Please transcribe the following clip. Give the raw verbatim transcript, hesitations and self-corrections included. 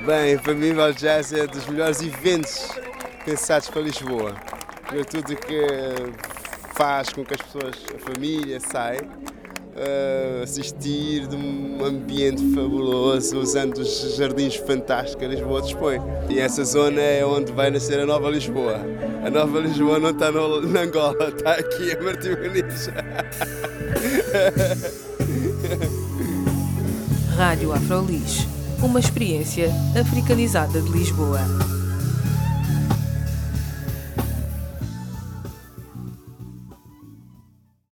Bem, para mim o Jazz é dos melhores eventos pensados para Lisboa. Por tudo que faz com que as pessoas, a família, saia uh, assistir de um ambiente fabuloso, usando os jardins fantásticos que a Lisboa dispõe. E essa zona é onde vai nascer a nova Lisboa. A nova Lisboa não está no, na Angola, está aqui a Martim Muniz. Rádio Afrolis, uma experiência africanizada de Lisboa.